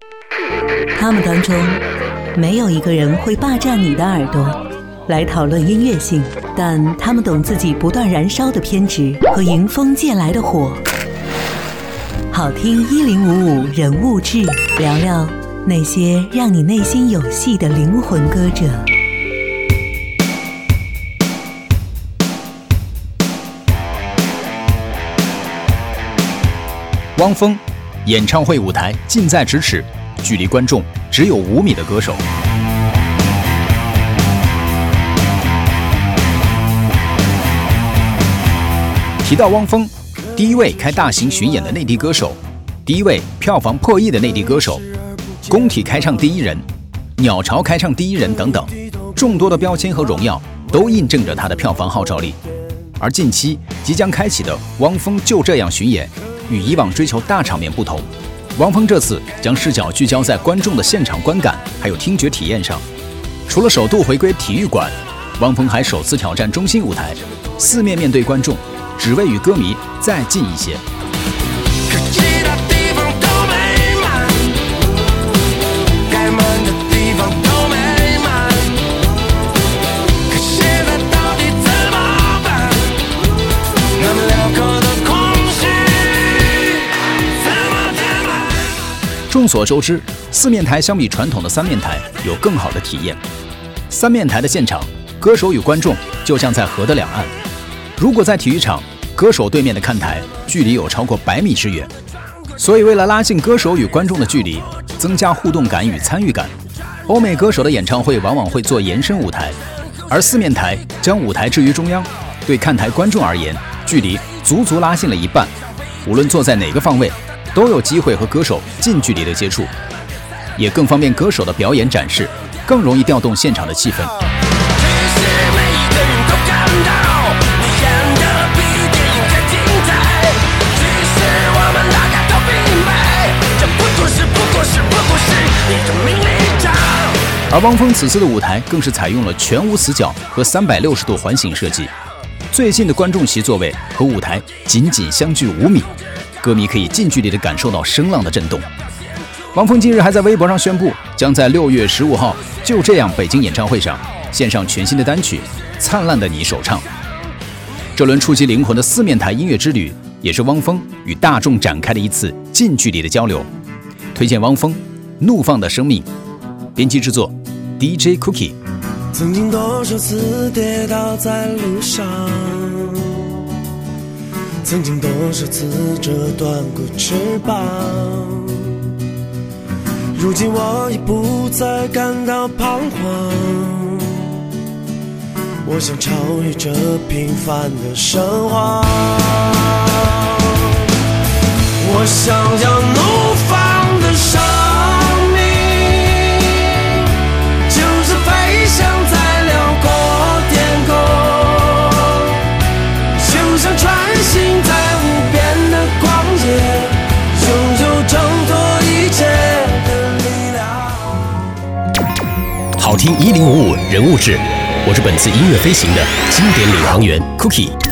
他们当中没有一个人会霸占你的耳朵来讨论音乐性，但他们懂自己不断燃烧的偏执和迎风借来的火。好听1055人物志，聊聊那些让你内心有戏的灵魂歌者。 汪峰演唱会舞台近在咫尺，距离观众只有5米的歌手。提到汪峰，第一位开大型巡演的内地歌手，第一位票房破亿的内地歌手，工体开唱第一人，鸟巢开唱第一人等等，众多的标签和荣耀都印证着他的票房号召力。而近期即将开启的汪峰就这样巡演，与以往追求大场面不同，汪峰这次将视角聚焦在观众的现场观感还有听觉体验上。除了首度回归体育馆，汪峰还首次挑战中心舞台，四面面对观众，只为与歌迷再近一些。众所周知，四面台相比传统的三面台有更好的体验。三面台的现场，歌手与观众就像在河的两岸。如果在体育场，歌手对面的看台距离有超过100米之远，所以为了拉近歌手与观众的距离，增加互动感与参与感，欧美歌手的演唱会往往会做延伸舞台，而四面台将舞台置于中央，对看台观众而言，距离足足拉近了一半，无论坐在哪个方位，都有机会和歌手近距离的接触，也更方便歌手的表演展示，更容易调动现场的气氛。而汪峰此次的舞台更是采用了全无死角和360度环形设计，最近的观众席座位和舞台仅仅相距5米，歌迷可以近距离地感受到声浪的震动。汪峰近日还在微博上宣布，将在6月15号就这样北京演唱会上献上全新的单曲《灿烂的你》首唱。这轮触及灵魂的四面台音乐之旅，也是汪峰与大众展开的一次近距离的交流。推荐汪峰《怒放的生命》，编辑制作 DJ Cookie。 曾经多少次跌倒在路上，曾经多少次折断过翅膀，如今我已不再感到彷徨，我想超越这平凡的生活，我想要怒放的生命，就是飞翔在辽阔天空，就像穿行在无边的旷野，拥有挣脱一切的力量。 好听1055人物志，我是本次音乐飞行的经典领航员 Cookie。